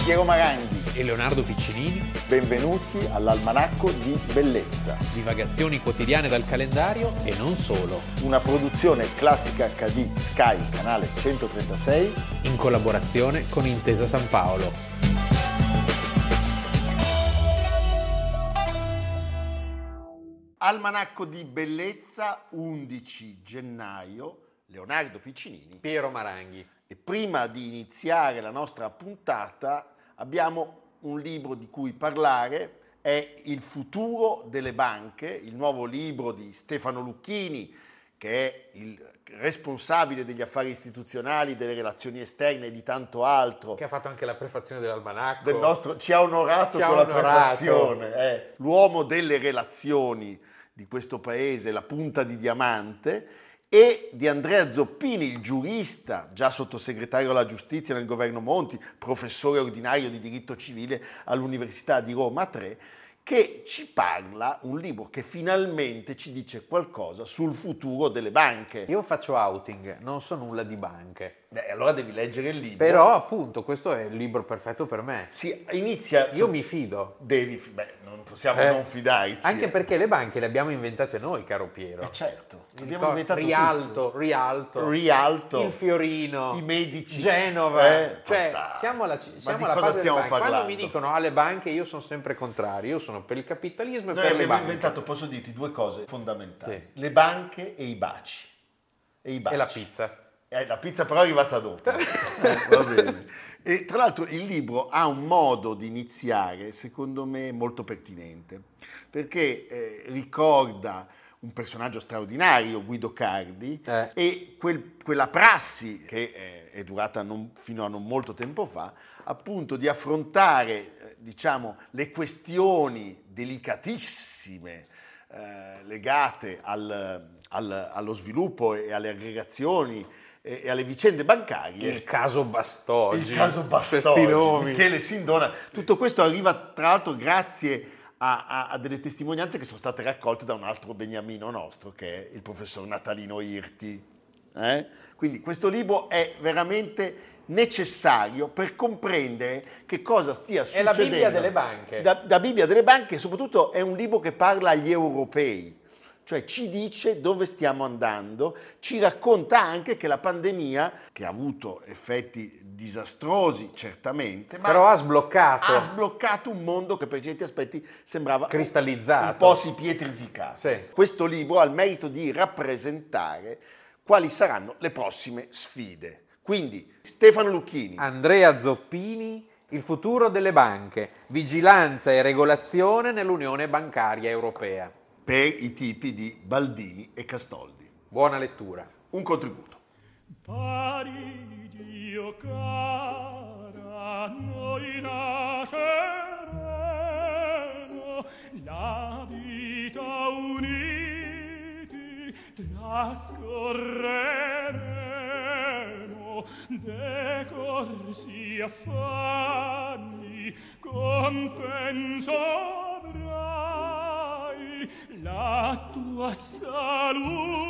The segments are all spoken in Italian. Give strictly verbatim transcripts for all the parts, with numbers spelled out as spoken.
Piero Maranghi e Leonardo Piccinini. Benvenuti all'Almanacco di Bellezza. Divagazioni quotidiane dal calendario e non solo. Una produzione Classica acca di Sky, canale centotrentasei. In collaborazione con Intesa San Paolo. Almanacco di Bellezza, undici gennaio. Leonardo Piccinini. Piero Maranghi. E prima di iniziare la nostra puntata abbiamo un libro di cui parlare, è Il futuro delle banche, il nuovo libro di Stefano Lucchini, che è il responsabile degli affari istituzionali, delle relazioni esterne e di tanto altro. Che ha fatto anche la prefazione dell'Almanacco. Del nostro, ci ha onorato ci ha con onorato. la prefazione. È l'uomo delle relazioni di questo paese, la punta di diamante, e di Andrea Zoppini, il giurista, già sottosegretario alla giustizia nel governo Monti, professore ordinario di diritto civile all'Università di Roma tre, che ci parla, un libro che finalmente ci dice qualcosa sul futuro delle banche. Io faccio outing, non so nulla di banche. Beh, allora devi leggere il libro. Però appunto questo è il libro perfetto per me. Sì, inizia... Io mi fido. Devi, beh, non possiamo Eh, non fidarci. Anche perché le banche le abbiamo inventate noi, caro Piero. Eh certo, Mi abbiamo ricordo, inventato Rialto, tutto. Rialto, Rialto, il Fiorino, i medici, Genova, eh, cioè fantastico. siamo alla, Ma siamo di alla cosa base delle stiamo banche. Quando parlando? mi dicono alle banche io sono sempre contrario, io sono per il capitalismo e Noi per le abbiamo banche. inventato, posso dirti, due cose fondamentali. Sì. Le banche e i baci. E, i baci. E la pizza. Eh, la pizza però è arrivata dopo. Eh, va bene. E tra l'altro il libro ha un modo di iniziare, secondo me, molto pertinente, perché eh, ricorda un personaggio straordinario, Guido Carli, Eh. e quel- quella prassi che eh, è durata non- fino a non molto tempo fa, appunto di affrontare eh, diciamo, le questioni delicatissime eh, legate al, al- allo sviluppo e alle aggregazioni e, e alle vicende bancarie. Il caso Bastogi. Il caso Questi Bastogi, nomi. Michele Sindona. Tutto questo arriva tra l'altro grazie a, a- a delle testimonianze che sono state raccolte da un altro beniamino nostro, che è il professor Natalino Irti. Eh? Quindi questo libro è veramente necessario per comprendere che cosa stia È succedendo. la Bibbia delle banche. Da, da Bibbia delle banche, e soprattutto è un libro che parla agli europei. Cioè ci dice dove stiamo andando, ci racconta anche che la pandemia, che ha avuto effetti disastrosi certamente, ma Però ha sbloccato. ha sbloccato un mondo che per certi aspetti sembrava Cristallizzato. un po' si pietrificato. Sì. Questo libro ha il merito di rappresentare quali saranno le prossime sfide. Quindi Stefano Lucchini, Andrea Zoppini, il futuro delle banche, vigilanza e regolazione nell'Unione Bancaria Europea. per i tipi di Baldini e Castoldi. Buona lettura. Un contributo. Parigi, o cara, noi nasceremo, la vita uniti trascorreremo, decorsi affanni, compenso avrai, la tua salute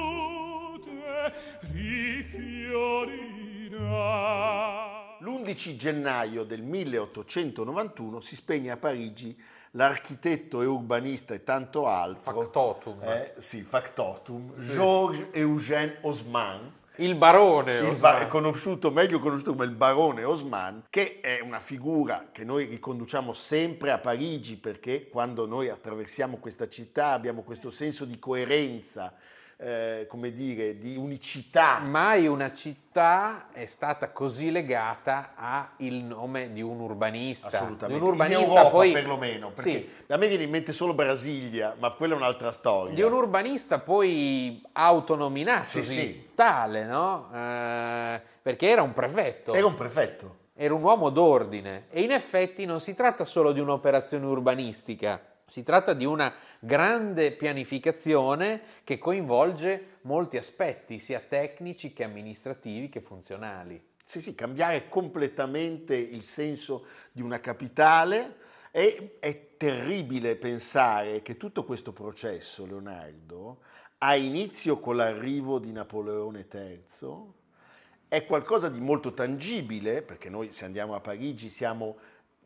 rifiorirà. L'undici gennaio del milleottocentonovantuno si spegne a Parigi l'architetto e urbanista e tanto altro. Factotum. Eh, sì, factotum. Georges Eugène Haussmann. Il barone. Il Osman. ba- è conosciuto, meglio conosciuto come il barone Haussmann, che è una figura che noi riconduciamo sempre a Parigi, perché quando noi attraversiamo questa città abbiamo questo senso di coerenza, eh, come dire, di unicità. Mai una città è stata così legata al nome di un urbanista. Assolutamente, Di un urbanista in Europa poi, perlomeno, perché sì, a me viene in mente solo Brasilia, ma quella è un'altra storia. di un urbanista poi autonominato, Sì, sì. tale, no? Eh, perché era un prefetto. Era un prefetto. Era un uomo d'ordine e in effetti non si tratta solo di un'operazione urbanistica, si tratta di una grande pianificazione che coinvolge molti aspetti, sia tecnici che amministrativi che funzionali. Sì, sì, cambiare completamente il senso di una capitale. E è terribile pensare che tutto questo processo, Leonardo, ha inizio con l'arrivo di Napoleone terzo, è qualcosa di molto tangibile, perché noi se andiamo a Parigi siamo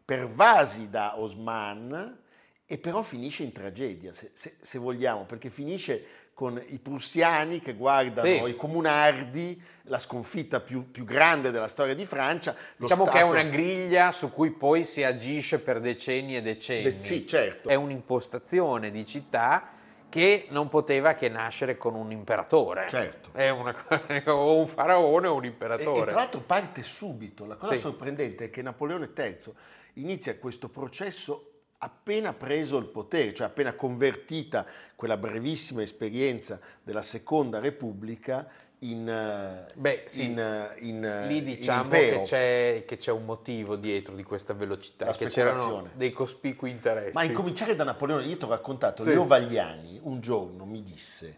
pervasi da Osman, e però finisce in tragedia, se, se, se vogliamo, perché finisce con i prussiani che guardano Sì. i comunardi, la sconfitta più, più grande della storia di Francia. Lo Diciamo Stato... che è una griglia su cui poi si agisce per decenni e decenni. De- sì, certo. È un'impostazione di città che non poteva che nascere con un imperatore. Certo. È una, o un faraone o un E, imperatore. e tra l'altro parte subito. La cosa Sì. sorprendente è che Napoleone terzo inizia questo processo appena preso il potere, cioè appena convertita quella brevissima esperienza della Seconda Repubblica in, eh, Beh, sì. in, in Lì in diciamo impero. che c'è, che c'è un motivo dietro di questa velocità, La che c'erano speculazione. dei cospicui interessi. Ma a incominciare da Napoleone, io ti ho raccontato, Sì. Leo Vagliani un giorno mi disse,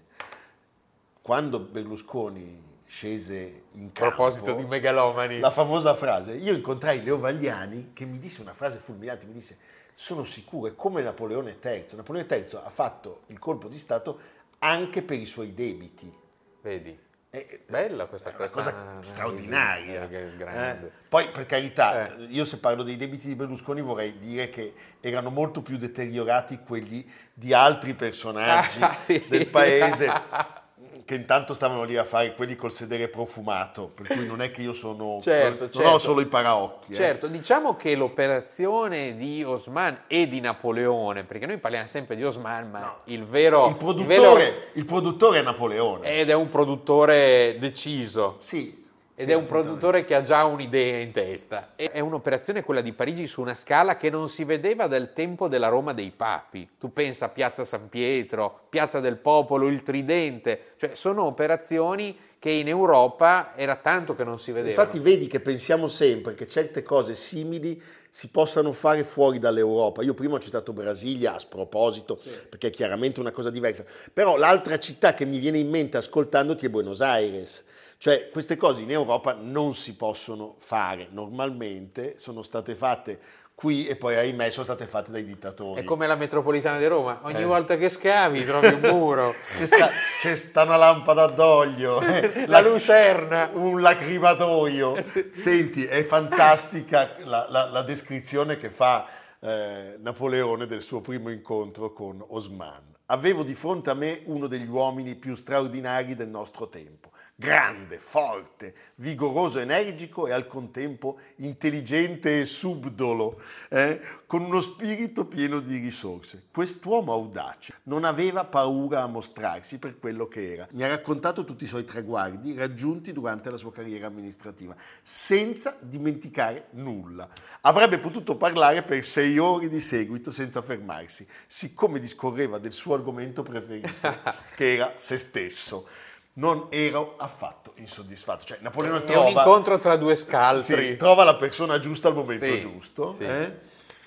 quando Berlusconi scese in A campo, proposito di megalomani. la famosa frase, io incontrai Leo Vagliani che mi disse una frase fulminante, mi disse: sono sicuro, è come Napoleone terzo. Napoleone terzo ha fatto il colpo di Stato anche per i suoi debiti. Vedi? È Bella questa, è una questa cosa analisi, straordinaria. eh, grande. Eh, Poi, per carità, Eh. io se parlo dei debiti di Berlusconi vorrei dire che erano molto più deteriorati quelli di altri personaggi Ah, sì. del paese, che intanto stavano lì a fare quelli col sedere profumato, per cui non è che io sono Certo, non certo. ho solo i paraocchi. eh. Certo, diciamo che l'operazione di Osman e di Napoleone, perché noi parliamo sempre di Osman, ma No. il vero... Il produttore, vero- il produttore è Napoleone. ed è un produttore deciso. Sì. Ed sì, è un assolutamente. produttore che ha già un'idea in testa. E è un'operazione quella di Parigi su una scala che non si vedeva dal tempo della Roma dei Papi. Tu pensa a Piazza San Pietro, Piazza del Popolo, il Tridente, cioè sono operazioni che in Europa era tanto che non si vedevano. Infatti vedi che pensiamo sempre che certe cose simili si possano fare fuori dall'Europa. Io prima ho citato Brasilia a sproposito, perché è chiaramente una cosa diversa. Però l'altra città che mi viene in mente ascoltandoti è Buenos Aires. Cioè queste cose in Europa non si possono fare normalmente, sono state fatte qui e poi ahimè sono state fatte dai dittatori. È come la metropolitana di Roma, ogni Eh. volta che scavi trovi un muro. C'è sta, c'è sta una lampada d'olio, La lucerna. un lacrimatoio. Senti, è fantastica la, la- la descrizione che fa eh, Napoleone del suo primo incontro con Osman. Avevo di fronte a me uno degli uomini più straordinari del nostro tempo. Grande, forte, vigoroso, energico e al contempo intelligente e subdolo, eh, con uno spirito pieno di risorse. Quest'uomo audace non aveva paura a mostrarsi per quello che era. Mi ha raccontato tutti i suoi traguardi raggiunti durante la sua carriera amministrativa, senza dimenticare nulla. Avrebbe potuto parlare per sei ore di seguito senza fermarsi, siccome discorreva del suo argomento preferito, che era se stesso. Non ero affatto insoddisfatto. Cioè, Napoleone È trova, un incontro tra due scaltri. sì, trova la persona giusta al momento Sì, giusto. sì. eh?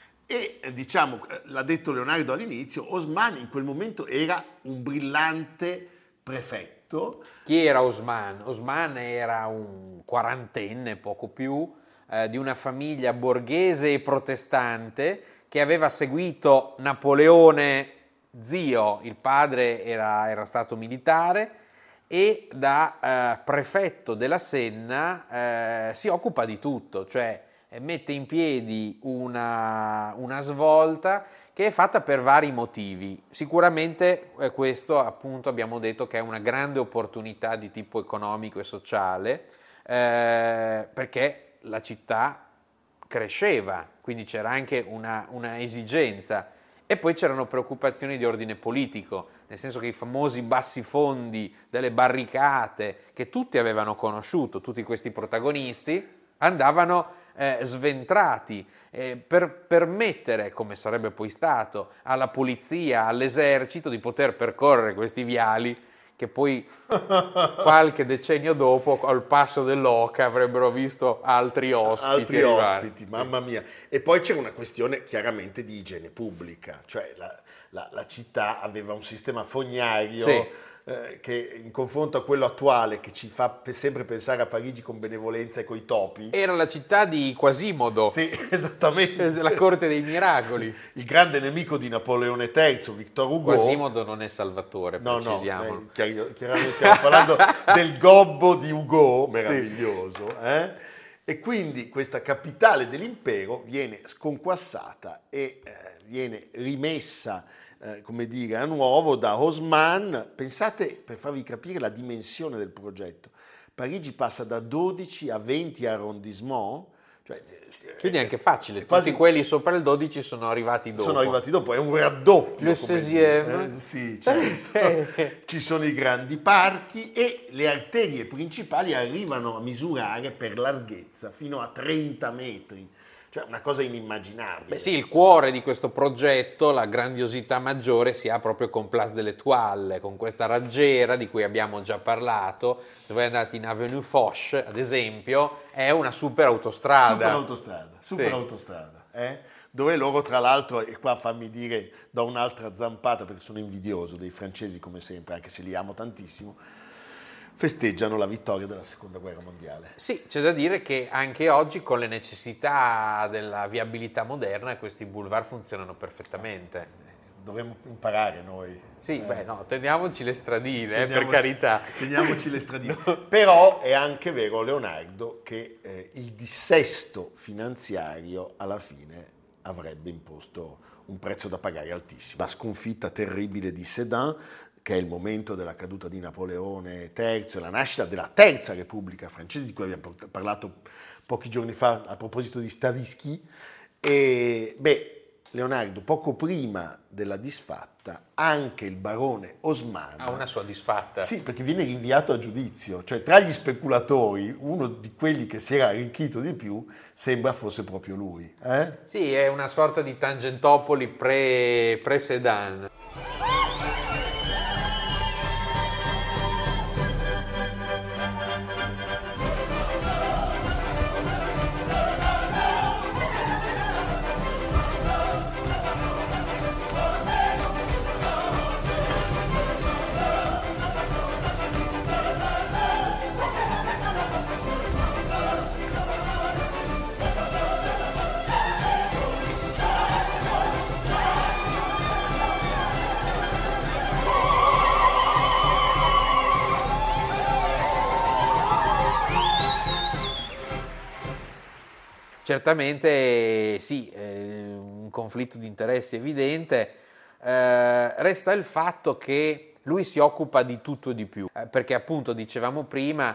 E eh, diciamo, eh, l'ha detto Leonardo all'inizio, Osman in quel momento era un brillante prefetto. Chi era Osman? Osman era un quarantenne, poco più, eh, di una famiglia borghese e protestante che aveva seguito Napoleone zio, il padre era, era stato militare, e da eh, prefetto della Senna eh, si occupa di tutto, cioè eh, mette in piedi una, una svolta che è fatta per vari motivi. Sicuramente eh, questo, appunto, abbiamo detto che è una grande opportunità di tipo economico e sociale, eh, perché la città cresceva, quindi c'era anche una, una esigenza. E poi c'erano preoccupazioni di ordine politico, nel senso che i famosi bassifondi delle barricate, che tutti avevano conosciuto, tutti questi protagonisti, andavano eh, sventrati eh, per permettere, come sarebbe poi stato, alla polizia, all'esercito di poter percorrere questi viali che poi qualche decennio dopo, al passo dell'Oca, avrebbero visto altri ospiti Altri arrivare. ospiti, mamma mia. E poi c'era una questione chiaramente di igiene pubblica, cioè la, la- la città aveva un sistema fognario Sì. eh, che in confronto a quello attuale, che ci fa pe- sempre pensare a Parigi con benevolenza e coi topi. Era la città di Quasimodo, Sì, esattamente. la corte dei miracoli. Il grande nemico di Napoleone terzo, Victor Hugo. Quasimodo non è Salvatore, No, no, precisiamo. eh, chiar- chiaramente stiamo parlando del gobbo di Hugo, meraviglioso. eh? E quindi questa capitale dell'impero viene sconquassata e eh, viene rimessa, eh, come dire, a nuovo da Haussmann. Pensate, per farvi capire la dimensione del progetto, Parigi passa da dodici a venti arrondissement. Cioè, quindi è anche facile, quasi tutti quelli sopra il dodici sono arrivati dopo. Sono arrivati dopo, è un raddoppio. Le seizième. Eh? Sì, certo. Ci sono i grandi parchi e le arterie principali arrivano a misurare per larghezza fino a trenta metri. Cioè una cosa inimmaginabile. Beh sì, il cuore di questo progetto, la grandiosità maggiore si ha proprio con Place de l'Étoile, con questa raggiera di cui abbiamo già parlato. Se voi andate in Avenue Foch, ad esempio, è una super autostrada. Super autostrada, super sì. autostrada. Eh? Dove loro, tra l'altro, e qua fammi dire, do un'altra zampata perché sono invidioso dei francesi come sempre, anche se li amo tantissimo, festeggiano la vittoria della seconda guerra mondiale. Sì, c'è da dire che anche oggi con le necessità della viabilità moderna questi boulevard funzionano perfettamente. Dovremmo imparare noi. Sì, eh. beh no, teniamoci le stradine, teniamoci, eh, per carità. Teniamoci le stradine. No. Però è anche vero, Leonardo, che eh, il dissesto finanziario alla fine avrebbe imposto un prezzo da pagare altissimo. La sconfitta terribile di Sedan, che è il momento della caduta di Napoleone terzo e la nascita della terza Repubblica francese, di cui abbiamo parlato pochi giorni fa a proposito di Stavisky. E beh, Leonardo, poco prima della disfatta, anche il barone Haussmann ha una sua disfatta. Sì, perché viene rinviato a giudizio, cioè tra gli speculatori, uno di quelli che si era arricchito di più sembra fosse proprio lui. Eh? Sì, è una sorta di Tangentopoli pre, pre-Sedan. Certamente sì, eh, un conflitto di interessi evidente, eh, resta il fatto che lui si occupa di tutto e di più, eh, perché appunto dicevamo prima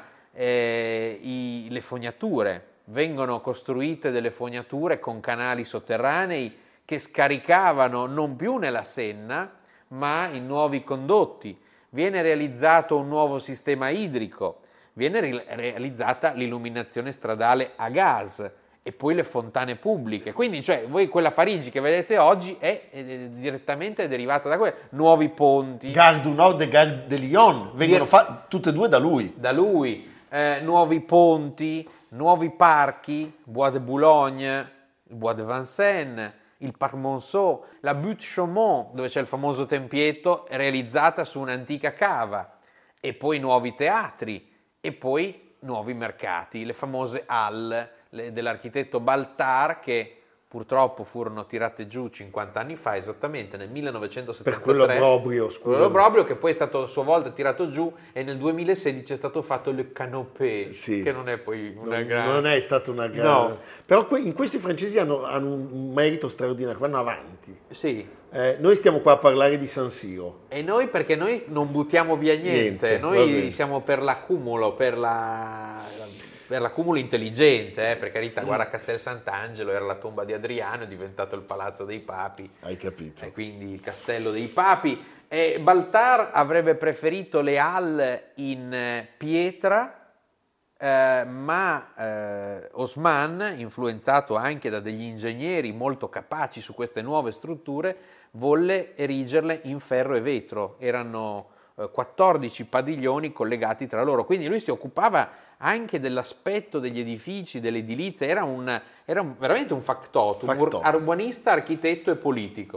eh, i, le fognature, vengono costruite delle fognature con canali sotterranei che scaricavano non più nella Senna ma in nuovi condotti, viene realizzato un nuovo sistema idrico, viene re- realizzata l'illuminazione stradale a gas, e poi le fontane pubbliche. Quindi, cioè, voi quella Parigi che vedete oggi è, è, è direttamente derivata da quello. Nuovi ponti. Gare du Nord e Gare de Lyon vengono fatte tutte e due da lui. Da lui. Eh, nuovi ponti, nuovi parchi, Bois de Boulogne, il Bois de Vincennes, il Parc Monceau, la Butte Chaumont, dove c'è il famoso tempietto, realizzata su un'antica cava, e poi nuovi teatri, e poi nuovi mercati, le famose halles dell'architetto Baltar, che purtroppo furono tirate giù cinquanta anni fa, esattamente nel millenovecentosettantatré. Per quell'obbrobrio, scusa. Quell'obbrobrio che poi è stato a sua volta tirato giù, e nel duemilasedici è stato fatto le canopée, sì, che non è poi una non, grande... Non è stata una grande... No. Però que- in questi francesi hanno, hanno un merito straordinario, vanno avanti. Sì. Eh, noi stiamo qua a parlare di San Siro. E noi perché noi non buttiamo via niente, Niente, noi siamo per l'accumulo, per la... per l'accumulo intelligente, eh, per carità, guarda Castel Sant'Angelo, era la tomba di Adriano, è diventato il palazzo dei papi. Hai capito. E quindi il castello dei papi. E Baltar avrebbe preferito le halles in pietra, eh, ma eh, Haussmann, influenzato anche da degli ingegneri molto capaci su queste nuove strutture, volle erigerle in ferro e vetro. Erano quattordici padiglioni collegati tra loro, quindi lui si occupava anche dell'aspetto degli edifici, dell'edilizia, era, un, era un, veramente un factotum, factotum, urbanista, architetto e politico.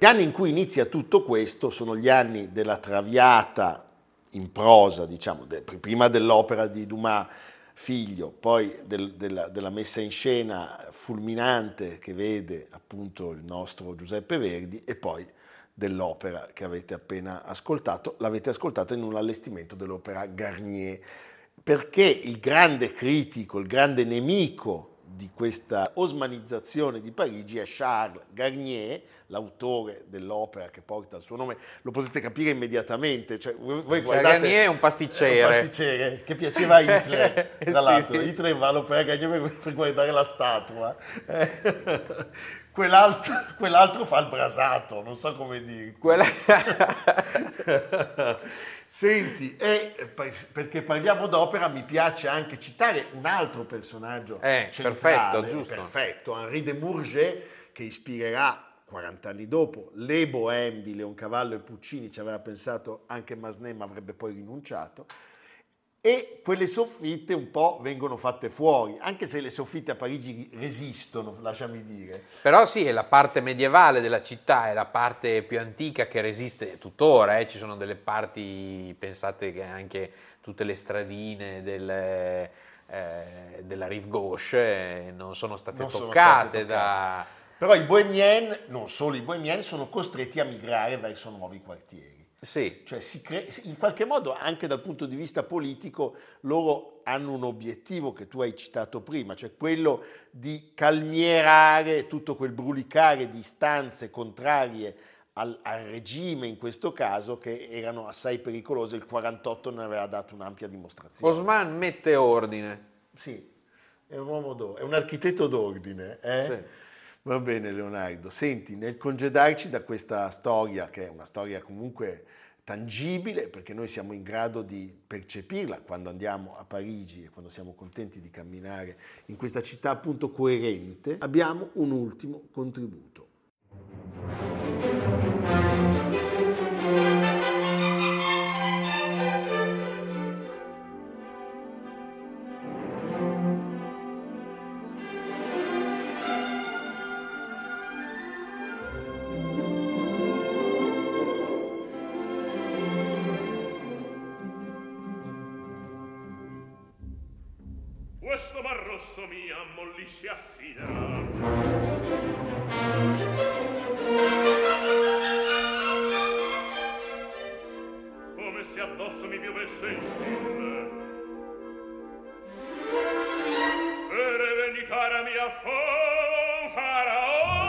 Gli anni in cui inizia tutto questo sono gli anni della Traviata in prosa, diciamo, de, prima dell'opera di Dumas figlio, poi del, della, della messa in scena fulminante che vede appunto il nostro Giuseppe Verdi, e poi dell'opera che avete appena ascoltato, l'avete ascoltata in un allestimento dell'opera Garnier, perché il grande critico, il grande nemico di questa osmanizzazione di Parigi è Charles Garnier, l'autore dell'opera che porta il suo nome. Lo potete capire immediatamente, cioè, voi, voi guardate, Garnier è un pasticcere. È un pasticcere che piaceva a Hitler, tra Sì. l'altro. Hitler va all'opera Garnier per, per guardare la statua. Eh, quell'altro, quell'altro fa il brasato, non so come dire. Quella... Senti, e perché parliamo d'opera, mi piace anche citare un altro personaggio eh, centrale, perfetto, giusto. perfetto, Henri de Murger, che ispirerà quaranta anni dopo le Bohème di Leoncavallo e Puccini. Ci aveva pensato anche Massenet, ma avrebbe poi rinunciato. E quelle soffitte un po' vengono fatte fuori, anche se le soffitte a Parigi resistono, lasciami dire. Però sì, è la parte medievale della città, è la parte più antica che resiste tuttora, eh. Ci sono delle parti, pensate che anche tutte le stradine del, eh, della Rive Gauche eh, non sono state Non sono toccate, state da... Però i bohemiens, non solo i bohemiens, sono costretti a migrare verso nuovi quartieri. Sì. Cioè si cre- in qualche modo, anche dal punto di vista politico, loro hanno un obiettivo che tu hai citato prima, cioè quello di calmierare tutto quel brulicare di istanze contrarie al, al regime, in questo caso, che erano assai pericolose. Il quarantotto ne aveva dato un'ampia dimostrazione. Osman mette ordine. Sì, è un uomo d'ordine, è un architetto d'ordine. Eh? Sì. Va bene Leonardo, senti, nel congedarci da questa storia, che è una storia comunque tangibile, perché noi siamo in grado di percepirla quando andiamo a Parigi e quando siamo contenti di camminare in questa città appunto coerente, abbiamo un ultimo contributo. Questo mar rosso mi ammollisce a sidera. Come se addosso mi piovesse in stille. Per vendicare mia faraon.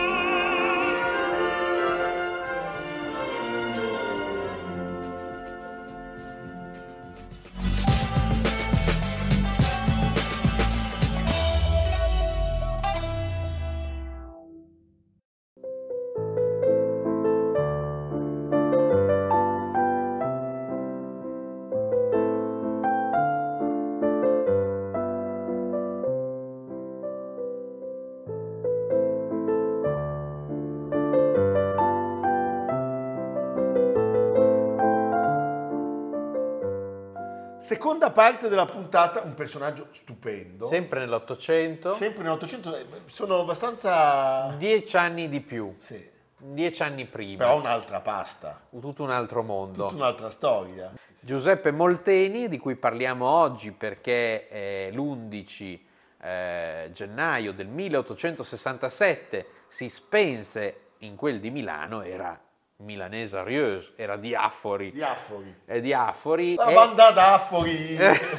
Seconda parte della puntata, un personaggio stupendo. Sempre nell'Ottocento. Sempre nell'Ottocento, sono abbastanza... Dieci anni di più. Sì. Dieci anni prima. Però un'altra pasta. Tutto un altro mondo. Tutta un'altra storia. Giuseppe Molteni, di cui parliamo oggi perché è l'undici eh, gennaio del milleottocentosessantasette si spense in quel di Milano, era milanese Arieuse, era diafori. Diafori. È diafori. La e... banda d'Afori.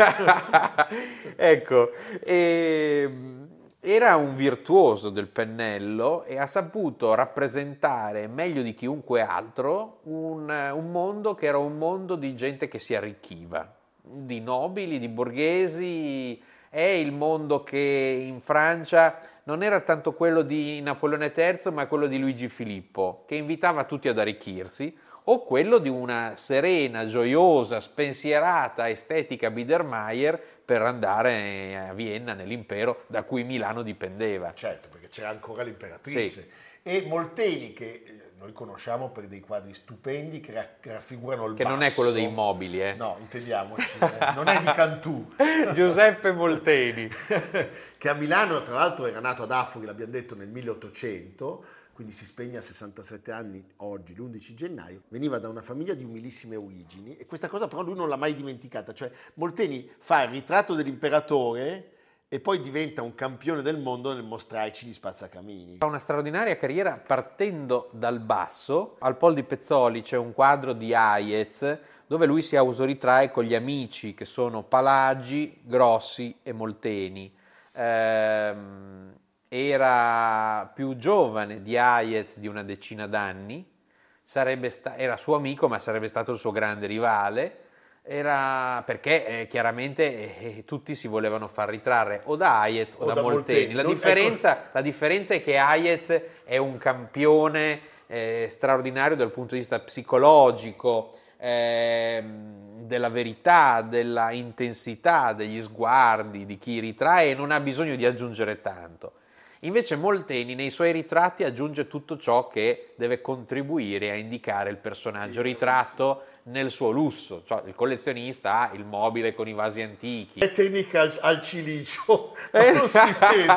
Ecco, e... era un virtuoso del pennello e ha saputo rappresentare meglio di chiunque altro un, un mondo che era un mondo di gente che si arricchiva, di nobili, di borghesi. È il mondo che in Francia non era tanto quello di Napoleone terzo, ma quello di Luigi Filippo, che invitava tutti ad arricchirsi, o quello di una serena, gioiosa, spensierata, estetica Biedermeier per andare a Vienna, nell'impero da cui Milano dipendeva. Certo, perché c'era ancora l'imperatrice. Sì. E Molteni, che noi conosciamo per dei quadri stupendi che raffigurano il che basso. non è quello dei mobili, eh. No, intendiamoci, eh, non è di Cantù. Giuseppe Molteni. Che a Milano, tra l'altro, era nato ad Affori, l'abbiamo detto, nel milleottocento, quindi si spegne a sessantasette anni oggi, l'undici gennaio, veniva da una famiglia di umilissime origini e questa cosa però lui non l'ha mai dimenticata, cioè Molteni fa il ritratto dell'imperatore e poi diventa un campione del mondo nel mostrarci gli spazzacamini. Ha una straordinaria carriera partendo dal basso. Al Pol di Pezzoli c'è un quadro di Hayez dove lui si autoritrae con gli amici che sono Palagi, Grossi e Molteni. Ehm, era più giovane di Hayez di una decina d'anni, sarebbe sta- era suo amico ma sarebbe stato il suo grande rivale. Era perché eh, chiaramente eh, tutti si volevano far ritrarre o da Hayez o, o da, da Molteni. Molteni. La, non, differenza, ecco. la differenza è che Hayez è un campione eh, straordinario dal punto di vista psicologico, eh, della verità, della intensità degli sguardi di chi ritrae e non ha bisogno di aggiungere tanto. Invece Molteni nei suoi ritratti aggiunge tutto ciò che deve contribuire a indicare il personaggio sì, ritratto sì. nel suo lusso, cioè il collezionista ha il mobile con i vasi antichi. Metternich al, al cilicio, ma non si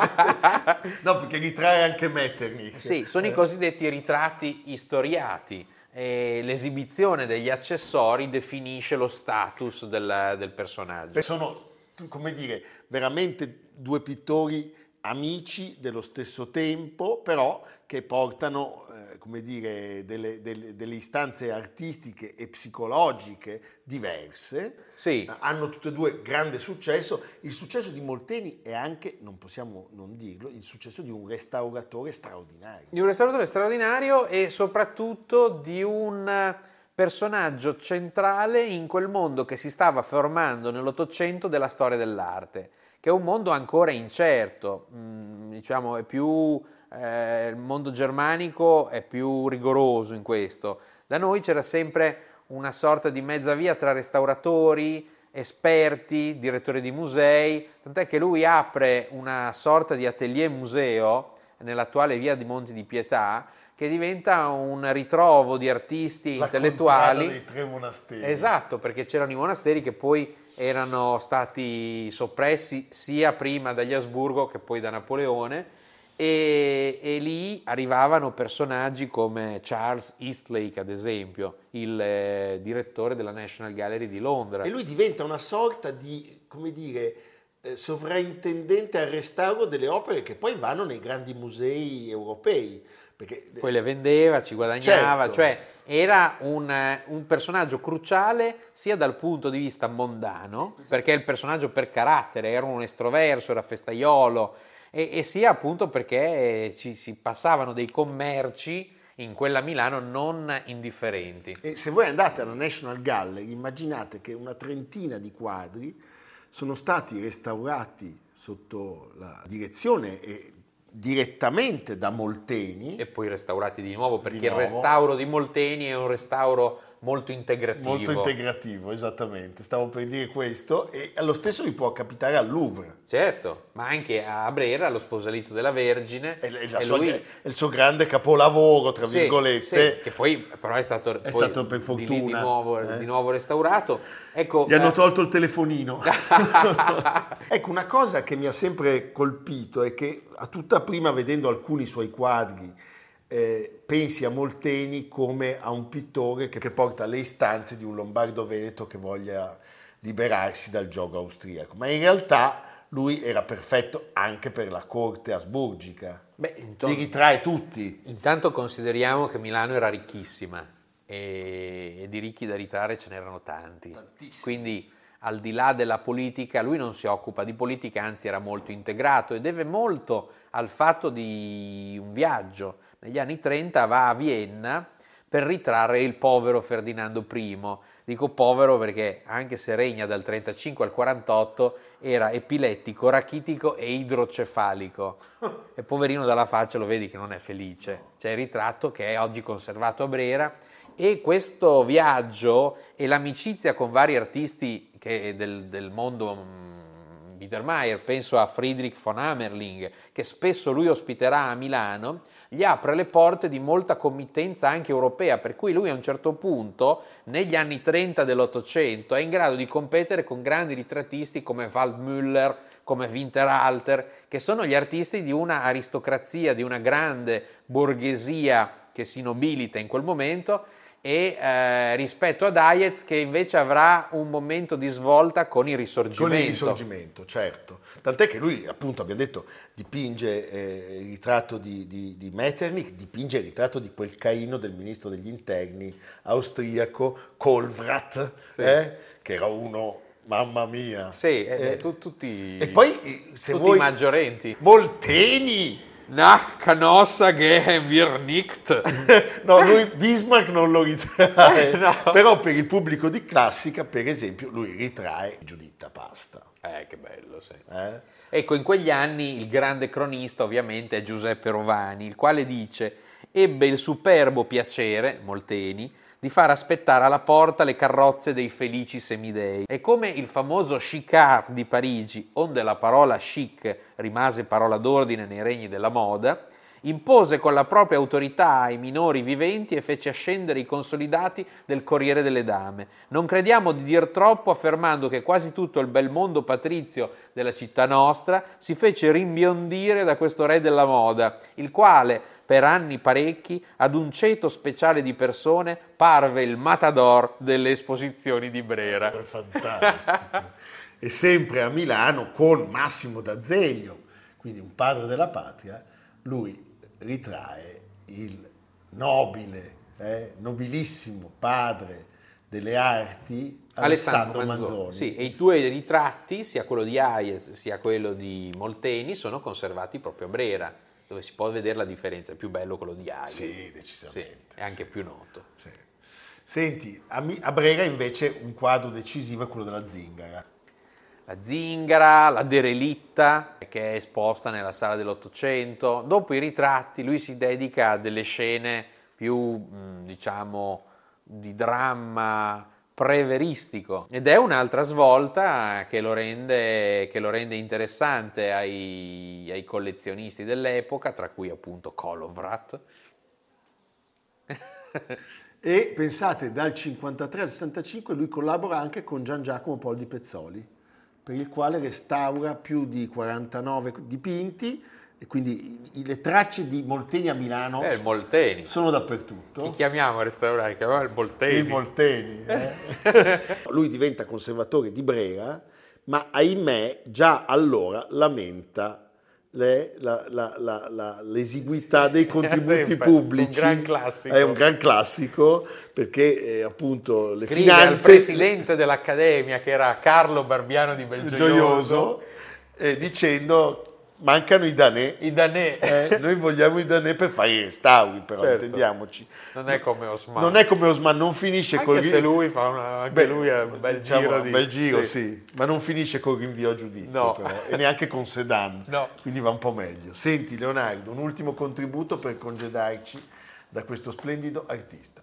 vede, no perché ritrae anche Metternich. Sì, sono eh. i cosiddetti ritratti istoriati. E l'esibizione degli accessori definisce lo status del, del personaggio. Sono, come dire, veramente due pittori amici dello stesso tempo, però che portano, eh, come dire, delle, delle, delle istanze artistiche e psicologiche diverse. Sì. Hanno tutte e due grande successo. Il successo di Molteni è anche, non possiamo non dirlo, il successo di un restauratore straordinario. Di un restauratore straordinario e soprattutto di un personaggio centrale in quel mondo che si stava formando nell'Ottocento della storia dell'arte, che è un mondo ancora incerto, mm, diciamo è più, eh, il mondo germanico è più rigoroso in questo. Da noi c'era sempre una sorta di mezza via tra restauratori, esperti, direttori di musei, tant'è che lui apre una sorta di atelier museo nell'attuale via di Monti di Pietà, che diventa un ritrovo di artisti La intellettuali. dei tre monasteri. Esatto, perché c'erano i monasteri che poi erano stati soppressi sia prima dagli Asburgo che poi da Napoleone e, e lì arrivavano personaggi come Charles Eastlake, ad esempio, il eh, direttore della National Gallery di Londra. E lui diventa una sorta di, come dire, eh, sovrintendente al restauro delle opere che poi vanno nei grandi musei europei. Perché, poi le vendeva, ci guadagnava, certo. Cioè era un, un personaggio cruciale sia dal punto di vista mondano, perché è il personaggio per carattere, era un estroverso, era festaiolo, e, e sia appunto perché ci si passavano dei commerci in quella Milano non indifferenti. E se voi andate alla National Gallery, immaginate che una trentina di quadri sono stati restaurati sotto la direzione e direttamente da Molteni e poi restaurati di nuovo perché di nuovo. Il restauro di Molteni è un restauro molto integrativo molto integrativo, esattamente, stavo per dire questo, e allo stesso vi può capitare al Louvre, certo, ma anche a Brera lo sposalizio della Vergine è, è, e sua, lui... è il suo grande capolavoro tra sì, virgolette sì, che poi però è stato, è poi stato per fortuna di, di, nuovo, eh? di nuovo restaurato. Ecco, gli hanno eh... tolto il telefonino. Ecco, una cosa che mi ha sempre colpito è che a tutta prima, vedendo alcuni suoi quadri, eh, pensi a Molteni come a un pittore che, che porta le istanze di un lombardo veneto che voglia liberarsi dal giogo austriaco, ma in realtà lui era perfetto anche per la corte asburgica. Beh, intanto, li ritrae tutti. Intanto consideriamo che Milano era ricchissima e, e di ricchi da ritrarre ce n'erano tanti. Tantissimi. Quindi al di là della politica, lui non si occupa di politica, anzi era molto integrato e deve molto al fatto di un viaggio. Negli anni trenta va a Vienna per ritrarre il povero Ferdinando primo. Dico povero perché anche se regna dal trentacinque al quarantotto era epilettico, rachitico e idrocefalico. E poverino dalla faccia lo vedi che non è felice. C'è il ritratto che è oggi conservato a Brera e questo viaggio e l'amicizia con vari artisti che del, del mondo Biedermeier, penso a Friedrich von Hammerling, che spesso lui ospiterà a Milano, gli apre le porte di molta committenza anche europea, per cui lui a un certo punto, negli anni trenta dell'Ottocento, è in grado di competere con grandi ritrattisti come Waldmüller, come Winterhalter, che sono gli artisti di una aristocrazia, di una grande borghesia che si nobilita in quel momento, e eh, rispetto a Hayez, che invece avrà un momento di svolta con il Risorgimento. Con il Risorgimento, certo. Tant'è che lui, appunto, abbiamo detto, dipinge eh, il ritratto di, di, di Metternich, dipinge il ritratto di quel Caino del ministro degli interni austriaco, Kolvrat, sì. eh, che era uno... Mamma mia. Sì, eh, tu, tutti, e poi, se tutti vuoi, i maggiorenti. Molteni. Nach Canossa gehen wir nicht. No, lui Bismarck non lo ritrae, no. Però per il pubblico di classica, per esempio, lui ritrae Giuditta Pasta. Eh, che bello, sì. Eh? Ecco, in quegli anni il grande cronista ovviamente è Giuseppe Rovani, il quale dice: ebbe il superbo piacere, Molteni, di far aspettare alla porta le carrozze dei felici semidei. E come il famoso chicard di Parigi, onde la parola chic rimase parola d'ordine nei regni della moda, impose con la propria autorità ai minori viventi e fece ascendere i consolidati del Corriere delle Dame. Non crediamo di dir troppo affermando che quasi tutto il bel mondo patrizio della città nostra si fece rimbiondire da questo re della moda, il quale, per anni parecchi, ad un ceto speciale di persone, parve il matador delle esposizioni di Brera. Fantastico. E sempre a Milano con Massimo d'Azeglio, quindi un padre della patria, lui ritrae il nobile, eh, nobilissimo padre delle arti, Alessandro, Alessandro Manzoni. Manzoni. Sì, e i due ritratti, sia quello di Hayez sia quello di Molteni, sono conservati proprio a Brera, dove si può vedere la differenza. È più bello quello di Hayez. Sì, decisamente. Sì, è anche più noto. Sì. Senti, a, a Brera invece un quadro decisivo è quello della Zingara. La Zingara, la Derelitta, che è esposta nella sala dell'Ottocento. Dopo i ritratti lui si dedica a delle scene più, diciamo, di dramma preveristico, ed è un'altra svolta che lo rende, che lo rende interessante ai, ai collezionisti dell'epoca, tra cui appunto Kolowrat. E pensate, dal cinquantatré al sessantacinque lui collabora anche con Gian Giacomo Pol di Pezzoli, per il quale restaura più di quarantanove dipinti, e quindi le tracce di Molteni a Milano eh, il Molteni. sono dappertutto. Chi chiamiamo a restaurare? Chiamiamo il Molteni. Il Molteni. Eh? Lui diventa conservatore di Brera, ma ahimè già allora lamenta le, la, la, la, la, l'esiguità dei contributi Sempre, pubblici. Un gran classico. È un gran classico perché eh, appunto le Scrive finanze... al presidente dell'Accademia, che era Carlo Barbiano di Belgioioso, Gioioso, eh, dicendo mancano i danè. I danè. Eh, noi vogliamo i danè per fare i restauri, però, certo. Intendiamoci. Non è come Osman. Non è come Osman, non finisce anche col... se lui fa una, anche Beh, lui ha un bel diciamo, giro un di... bel giro, sì. sì. Ma non finisce col rinvio a giudizio, no. però, e neanche con Sedan. No. Quindi va un po' meglio. Senti Leonardo, un ultimo contributo per congedarci da questo splendido artista.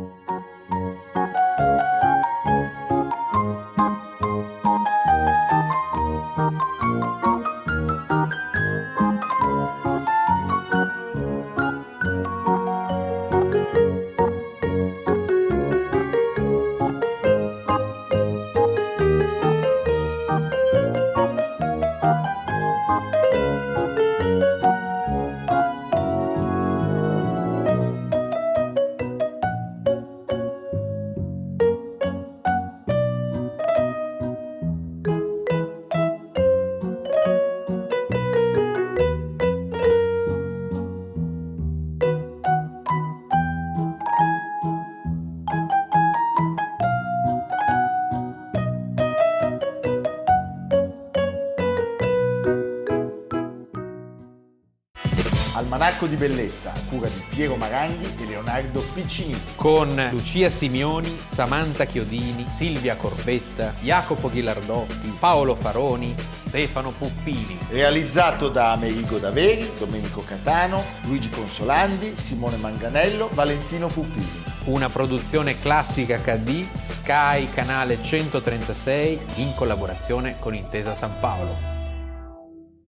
Almanacco di bellezza a cura di Piero Maranghi e Leonardo Piccinini. Con Lucia Simioni, Samantha Chiodini, Silvia Corbetta, Jacopo Ghilardotti, Paolo Faroni, Stefano Puppini. Realizzato da Amerigo Daveri, Domenico Catano, Luigi Consolandi, Simone Manganello, Valentino Puppini. una produzione Classica acca di, Sky canale centotrentasei in collaborazione con Intesa San Paolo.